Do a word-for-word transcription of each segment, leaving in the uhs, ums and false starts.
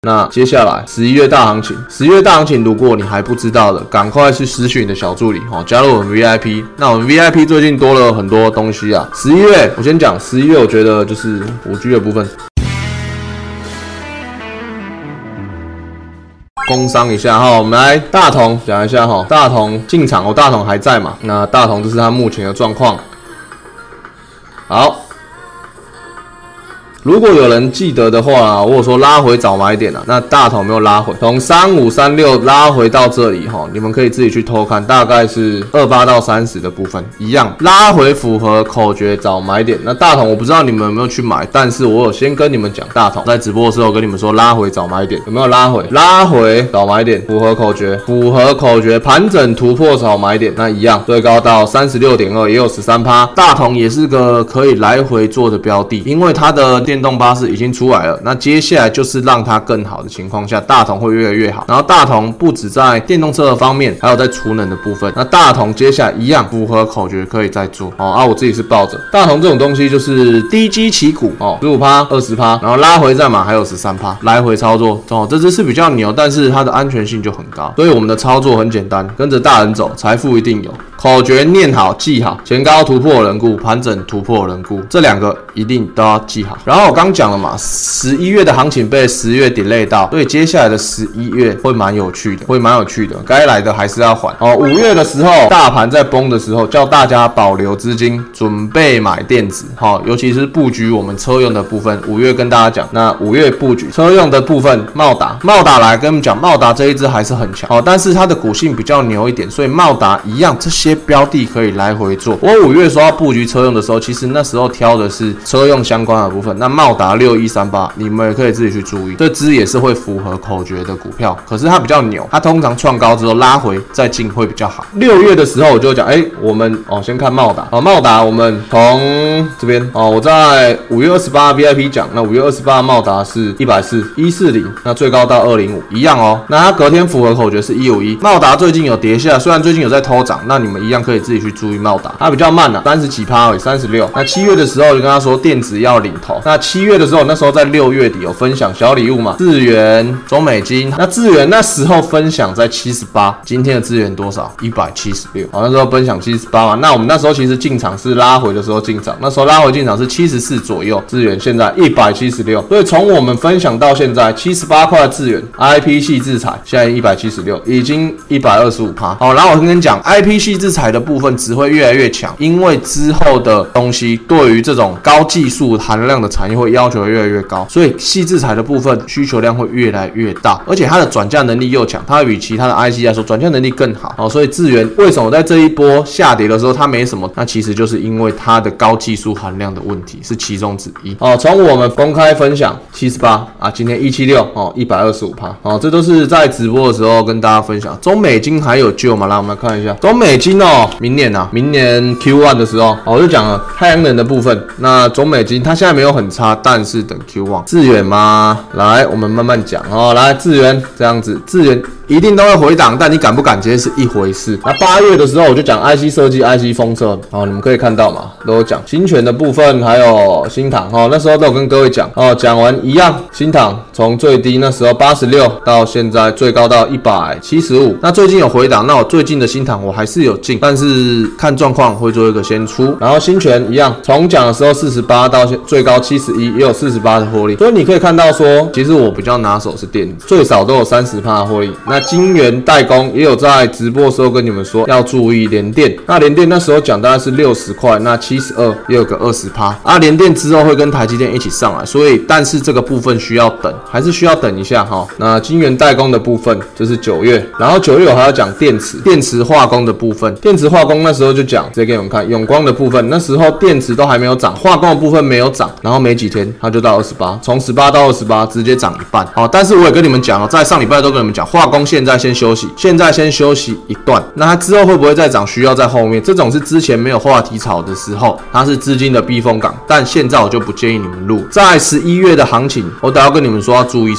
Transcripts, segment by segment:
那接下来十一月大行情，十一月大行情，如果你还不知道的，赶快去私讯你的小助理哦，加入我们 V I P。那我们 V I P 最近多了很多东西啊。十一月，我先讲十一月，我觉得就是五 G 的部分。工商一下哈，我们来大同讲一下哈，大同进场哦，大同还在嘛？那大同这是它目前的状况。好。如果有人记得的话，我有说拉回早买点啊，那大同没有拉回，从三五三六拉回到这里哈，你们可以自己去偷看，大概是二八到三十的部分一样，拉回符合口诀早买点。那大同我不知道你们有没有去买，但是我有先跟你们讲，大同在直播的时候跟你们说拉回早买点，有没有拉回？拉回早买点，符合口诀，符合口诀，盘整突破早买点，那一样最高到 三十六点二， 也有 百分之十三， 大同也是个可以来回做的标的，因为它的电动巴士已经出来了，那接下来就是让它更好的情况下，大同会越来越好。然后大同不止在电动车的方面，还有在储能的部分。那大同接下来一样符合口诀可以再做哦。啊，我自己是抱着大同这种东西，就是低基期股哦， 百分之十五、二十， 然后拉回再买还有 百分之十三， 来回操作哦。这只是比较牛，但是它的安全性就很高，所以我们的操作很简单，跟着大人走，财富一定有。口诀念好记好，前高突破人固，盘整突破人固，这两个一定都要记好。然后我刚讲了嘛，十一月的行情被十月 delay 到，所以接下来的十一月会蛮有趣的，会蛮有趣的，该来的还是要还哦。五月的时候，大盘在崩的时候，叫大家保留资金，准备买电子，好、哦，尤其是布局我们车用的部分。五月跟大家讲，那五月布局车用的部分，茂达，茂达来跟你们讲，茂达这一支还是很强哦，但是它的股性比较牛一点，所以茂达一样这些标的可以来回做。我五月说要布局车用的时候，其实那时候挑的是车用相关的部分。那茂达六一三八，你们也可以自己去注意，这支也是会符合口诀的股票，可是它比较牛，它通常创高之后拉回再进会比较好。六月的时候我就讲，哎、欸，我们哦先看茂达哦，茂达我们从这边哦，我在五月二十八 V I P 讲，那五月二十八茂达是一百四十，一四零，那最高到二零五，一样哦。那它隔天符合口诀是一五一，茂达最近有跌下，虽然最近有在偷涨，那你们一样可以自己去注意茂达，它比较慢啊，三十几趴而已，三十六。那七月的时候就跟他说电子要领头，那七月的时候那时候在六月底有分享小礼物嘛，智原、中美金，那智原那时候分享在七十八，今天的智原多少？一百七十六，好，那时候分享七十八嘛，那我们那时候其实进场是拉回的时候进场，那时候拉回进场是七十四左右，智原现在一百七十六，所以从我们分享到现在七十八块的智原 I P 系制裁，现在一百七十六，已经一百二十五趴。好，然后我跟你讲 I P 系制裁的部分只会越来越强，因为之后的东西对于这种高技术含量的产业会要求越来越高，所以细制裁的部分需求量会越来越大，而且它的转嫁能力又强，它比其他的 I C 来说转嫁能力更好哦。所以智原为什么在这一波下跌的时候它没什么？那其实就是因为它的高技术含量的问题是其中之一哦。从我们公开分享七十八啊，今天一七六哦，一百二十五趴哦，这都是在直播的时候跟大家分享。中美金还有救吗？来，我们来看一下中美金哦，明年啊，明年 Q 一 的时候，哦、我就讲了太阳能的部分。那中美金它现在没有很差，但是等 Q 一。智原吗？来，我们慢慢讲哦。来，智原这样子，智原一定都会回档，但你敢不敢接是一回事。那八月的时候我就讲 I C 设计、I C 封测，哦，你们可以看到嘛，都有讲新权的部分，还有新唐哦，那时候都有跟各位讲哦。讲完一样，新唐从最低那时候八十六到现在最高到一百七十五，那最近有回档，那我最近的新唐我还是有进，但是看状况会做一个先出。然后新权一样，从讲的时候四十八到最高七十一，也有四十八的获利，所以你可以看到说，其实我比较拿手是电子，最少都有 百分之三十 的获利。那晶圆代工也有在直播的时候跟你们说要注意联电，那联电那时候讲大概是六十块，那七十二也有个 百分之二十 啊，联电之后会跟台积电一起上来，所以但是这个部分需要等，还是需要等一下哈。那晶圆代工的部分这是九月，然后九月我还要讲电池，电池化工的部分，电池化工那时候就讲，直接给你们看永光的部分，那时候电池都还没有涨，化工的部分没有涨，然后没几天它就到二十八，从十八到二十八直接涨一半。好，但是我也跟你们讲哦，在上礼拜都跟你们讲，化工现在先休息，现在先休息一段，那它之后会不会再涨，需要在后面。这种是之前没有话题炒的时候，它是资金的避风港，但现在我就不建议你们入。在十一月的行情，我等下跟你们说要注意什么。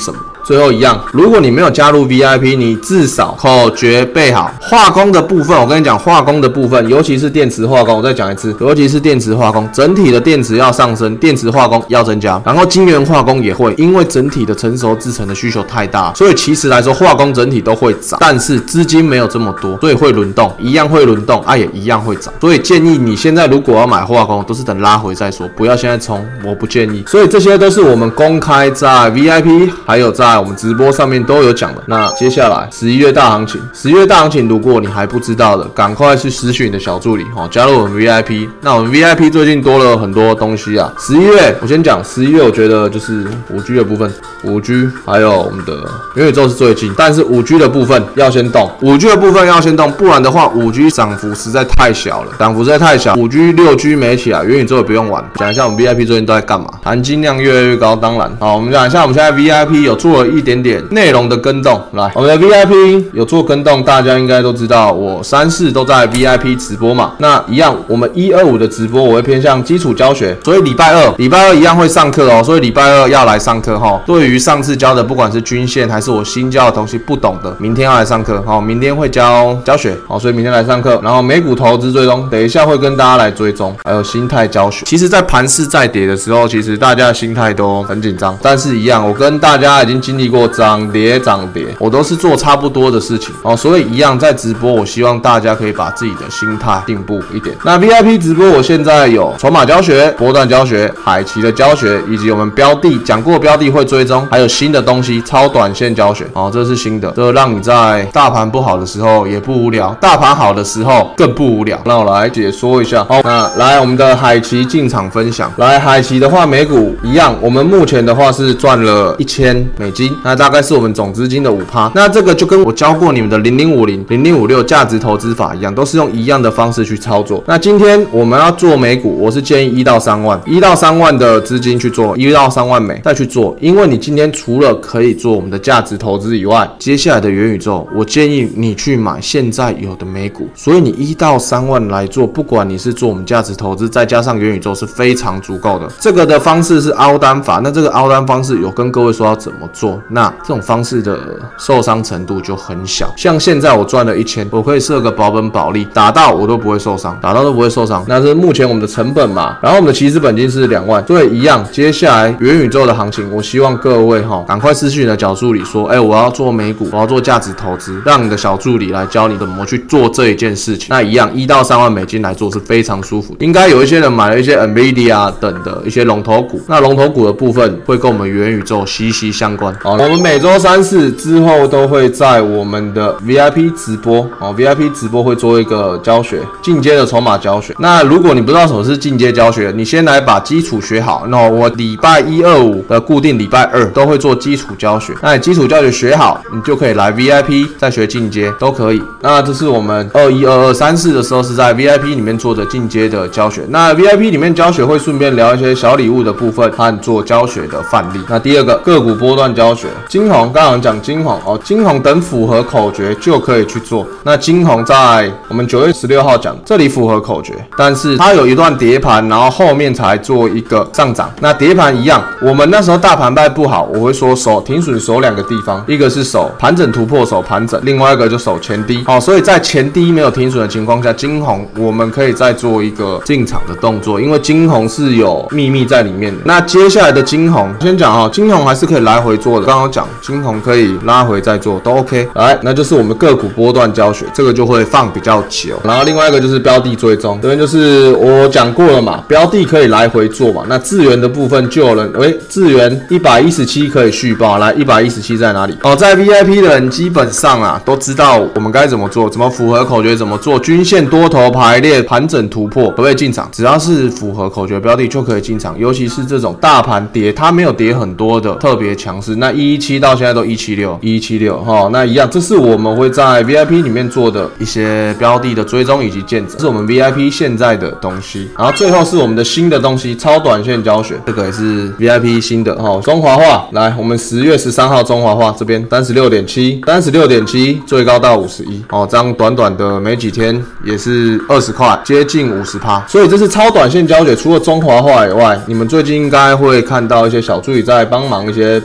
最后一样，如果你没有加入 V I P， 你至少口诀背好。化工的部分，我跟你讲，化工的部分，尤其是电池化工，我再讲一次，尤其是电池化工，整体的电池要上升，电池化工要增加，然后晶圆化工也会，因为整体的成熟制程的需求太大，所以其实来说，化工整体都会涨，但是资金没有这么多，所以会轮动，一样会轮动，啊也一样会涨，所以建议你现在如果要买化工，都是等拉回再说，不要现在冲，我不建议。所以这些都是我们公开在 V I P 还有在我们直播上面都有讲的。那接下来十一月大行情，十一月大行情，如果你还不知道的，赶快去私讯你的小助理哦，加入我们 V I P。那我们 V I P 最近多了很多东西啊。十一月我先讲，十一月我觉得就是五 G 的部分，五 G 还有我们的元宇宙是最近，但是五 G 的部分要先动，五 G 的部分要先动，不然的话五 G 涨幅实在太小了，涨幅实在太小，五 G 六 G 没起来，元宇宙也不用玩。讲一下我们 V I P 最近都在干嘛，含金量越来越高，当然好，我们讲一下我们现在 V I P 有做了一点点内容的更动，来，我们的 V I P 有做更动，大家应该都知道，我三四都在 V I P 直播嘛，那一样，我们一二五的直播我会偏向基础教学，所以礼拜二礼拜二一样会上课哦，所以礼拜二要来上课哈。对于上次教的，不管是均线还是我新教的东西不懂的，明天要来上课，好，明天会教教学，好，所以明天来上课，然后美股投资追踪，等一下会跟大家来追踪，还有心态教学。其实，在盘势在跌的时候，其实大家的心态都很紧张，但是一样，我跟大家已经经历过涨跌涨跌，我都是做差不多的事情哦，所以一样在直播，我希望大家可以把自己的心态进步一点。那 V I P 直播，我现在有筹码教学、波段教学、海期的教学，以及我们标的讲过标的会追踪，还有新的东西超短线教学哦，这是新的，这让你在大盘不好的时候也不无聊，大盘好的时候更不无聊。那我来解说一下，好，那来我们的海期进场分享，来海期的话，美股一样，我们目前的话是赚了一千美金，那大概是我们总资金的 百分之五， 那这个就跟我教过你们的零零五零、零零五六价值投资法一样，都是用一样的方式去操作。那今天我们要做美股，我是建议一到三万，一到三万的资金去做，一到三万美再去做，因为你今天除了可以做我们的价值投资以外，接下来的元宇宙，我建议你去买现在有的美股，所以你一到三万来做，不管你是做我们价值投资，再加上元宇宙是非常足够的。这个的方式是凹单法，那这个凹单方式有跟各位说要怎么做，那这种方式的受伤程度就很小。像现在我赚了一千，我可以设个保本保利，打到我都不会受伤，打到都不会受伤。那是目前我们的成本嘛，然后我们的起始本金是两万，所以一样。接下来元宇宙的行情，我希望各位哈，赶快私讯你的小助理说，哎、欸，我要做美股，我要做价值投资，让你的小助理来教你怎么去做这一件事情。那一样，一到三万美金来做是非常舒服。应该有一些人买了一些 Nvidia 等的一些龙头股，那龙头股的部分会跟我们元宇宙息息相关。好，我们每周三四之后都会在我们的 V I P 直播，哦 ，V I P 直播会做一个教学，进阶的筹码教学。那如果你不知道什么是进阶教学，你先来把基础学好。那我礼拜一、二、五的固定礼拜二都会做基础教学。那你基础教学学好，你就可以来 V I P 再学进阶都可以。那这是我们二一、二二、三四的时候是在 V I P 里面做的进阶的教学。那 V I P 里面教学会顺便聊一些小礼物的部分和做教学的范例。那第二个个股波段教学，金红刚刚讲金红哦，金红等符合口诀就可以去做。那金红在我们九月十六号讲，这里符合口诀，但是它有一段跌盘，然后后面才做一个上涨。那跌盘一样，我们那时候大盘败不好，我会说守停损守两个地方，一个是守盘整突破守盘整，另外一个就守前低。好，所以在前低没有停损的情况下，金红我们可以再做一个进场的动作，因为金红是有秘密在里面的。那接下来的金红，先讲哈，金红还是可以来回做的。刚刚讲金红可以拉回再做都 OK。来，那就是我们个股波段教学，这个就会放比较久。然后另外一个就是标的追踪，这边就是我讲过了嘛，标的可以来回做嘛。那智源的部分就有人，喂，智源一百一十七可以续报，来一百一十七在哪里？哦，在 V I P 的人基本上啊都知道我们该怎么做，怎么符合口诀怎么做，均线多头排列盘整突破可不可以进场？只要是符合口诀标的就可以进场，尤其是这种大盘跌，它没有跌很多的特别强势。那一一七到现在都一七六，一一七六哈，那一样，这是我们会在 V I P 里面做的一些标的的追踪以及见证，这是我们 V I P 现在的东西。然后最后是我们的新的东西，超短线教学，这个也是 V I P 新的哈。中华化，来，我们十月十三号中华化这边三十六点七，三十六点七最高到五十一，哦，这样短短的没几天也是二十块，接近 百分之五十。所以这是超短线教学，除了中华化以外，你们最近应该会看到一些小助理在帮忙一些 po 文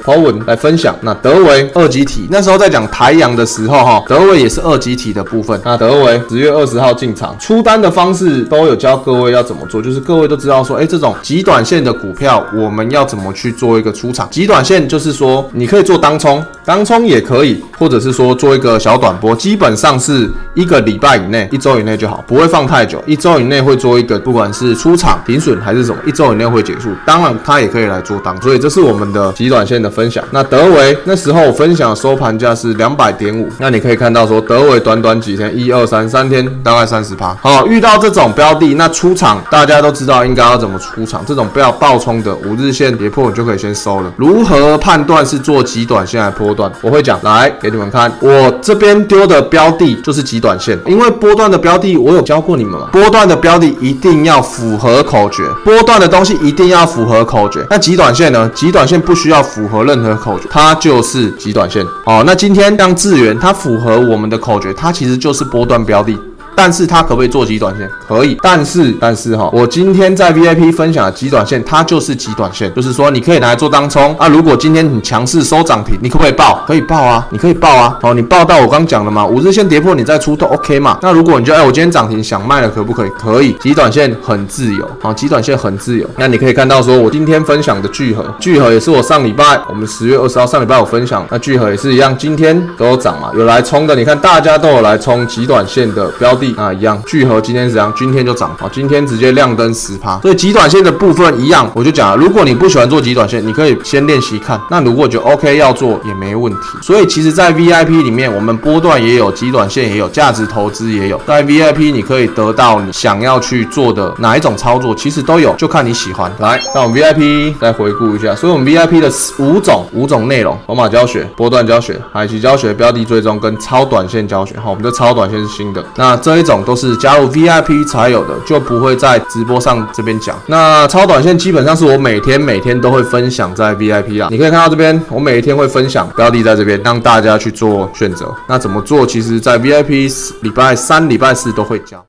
来分享。那德微二级体，那时候在讲台阳的时候哈，德微也是二级体的部分。那德微十月二十号进场，出单的方式都有教各位要怎么做，就是各位都知道说，哎，这种极短线的股票我们要怎么去做一个出场。极短线就是说你可以做当冲，当冲也可以，或者是说做一个小短波，基本上是一个礼拜以内、一周以内就好，不会放太久。一周以内会做一个，不管是出场、停损还是什么，一周以内会结束。当然，它也可以来做当，所以这是我们的极短线的分享。那德微那时候我分享的收盘价是两百点五，那你可以看到说德微短短几天，一二三三天，大概三十趴。好，遇到这种标的，那出场大家都知道应该要怎么出场。这种不要爆冲的，五日线跌破你就可以先收了。如何判断是做极短线还是波段？我会讲来给你们看。我这边丢的标的就是极短线，因为波段的标的我有教过你们嘛，波段的标的一定要符合口诀，波段的东西一定要符合口诀。那极短线呢？极短线不需要符合任何口诀，它就是极短线哦。那今天像智原，它符合我们的口诀，它其实就是波段标的。但是它可不可以做极短线？可以，但是但是哈，我今天在 V I P 分享的极短线，它就是极短线，就是说你可以拿来做当冲啊。如果今天你强势收涨停，你可不可以报？可以报啊，你可以报啊。好，你报到我刚讲了嘛，五日线跌破你再出都 OK 嘛。那如果你就哎，我今天涨停想卖了，可不可以？可以，极短线很自由，好，极短线很自由。那你可以看到说，我今天分享的聚合，聚合也是我上礼拜我们十月二十号上礼拜我分享，那聚合也是一样，今天都有涨嘛，有来冲的，你看大家都有来冲极短线的标的。啊，一样，聚合今天是怎样？今天就涨，好，今天直接亮灯 百分之十， 所以极短线的部分一样，我就讲了，如果你不喜欢做极短线，你可以先练习看。那如果觉得 OK 要做也没问题。所以其实，在 V I P 里面，我们波段也有，极短线也有，价值投资也有。在 V I P 你可以得到你想要去做的哪一种操作，其实都有，就看你喜欢。来，那我们 V I P 再回顾一下，所以我们 V I P 的五种五种内容：筹码教学、波段教学、海期教学、标的追踪跟超短线教学。好，我们的超短线是新的，那这一种都是加入 V I P 才有的，就不会在直播上这边讲。那超短线基本上是我每天每天都会分享在 V I P 啦，你可以看到这边，我每一天会分享标的在这边，让大家去做选择。那怎么做？其实在 V I P 礼拜三、礼拜四都会教。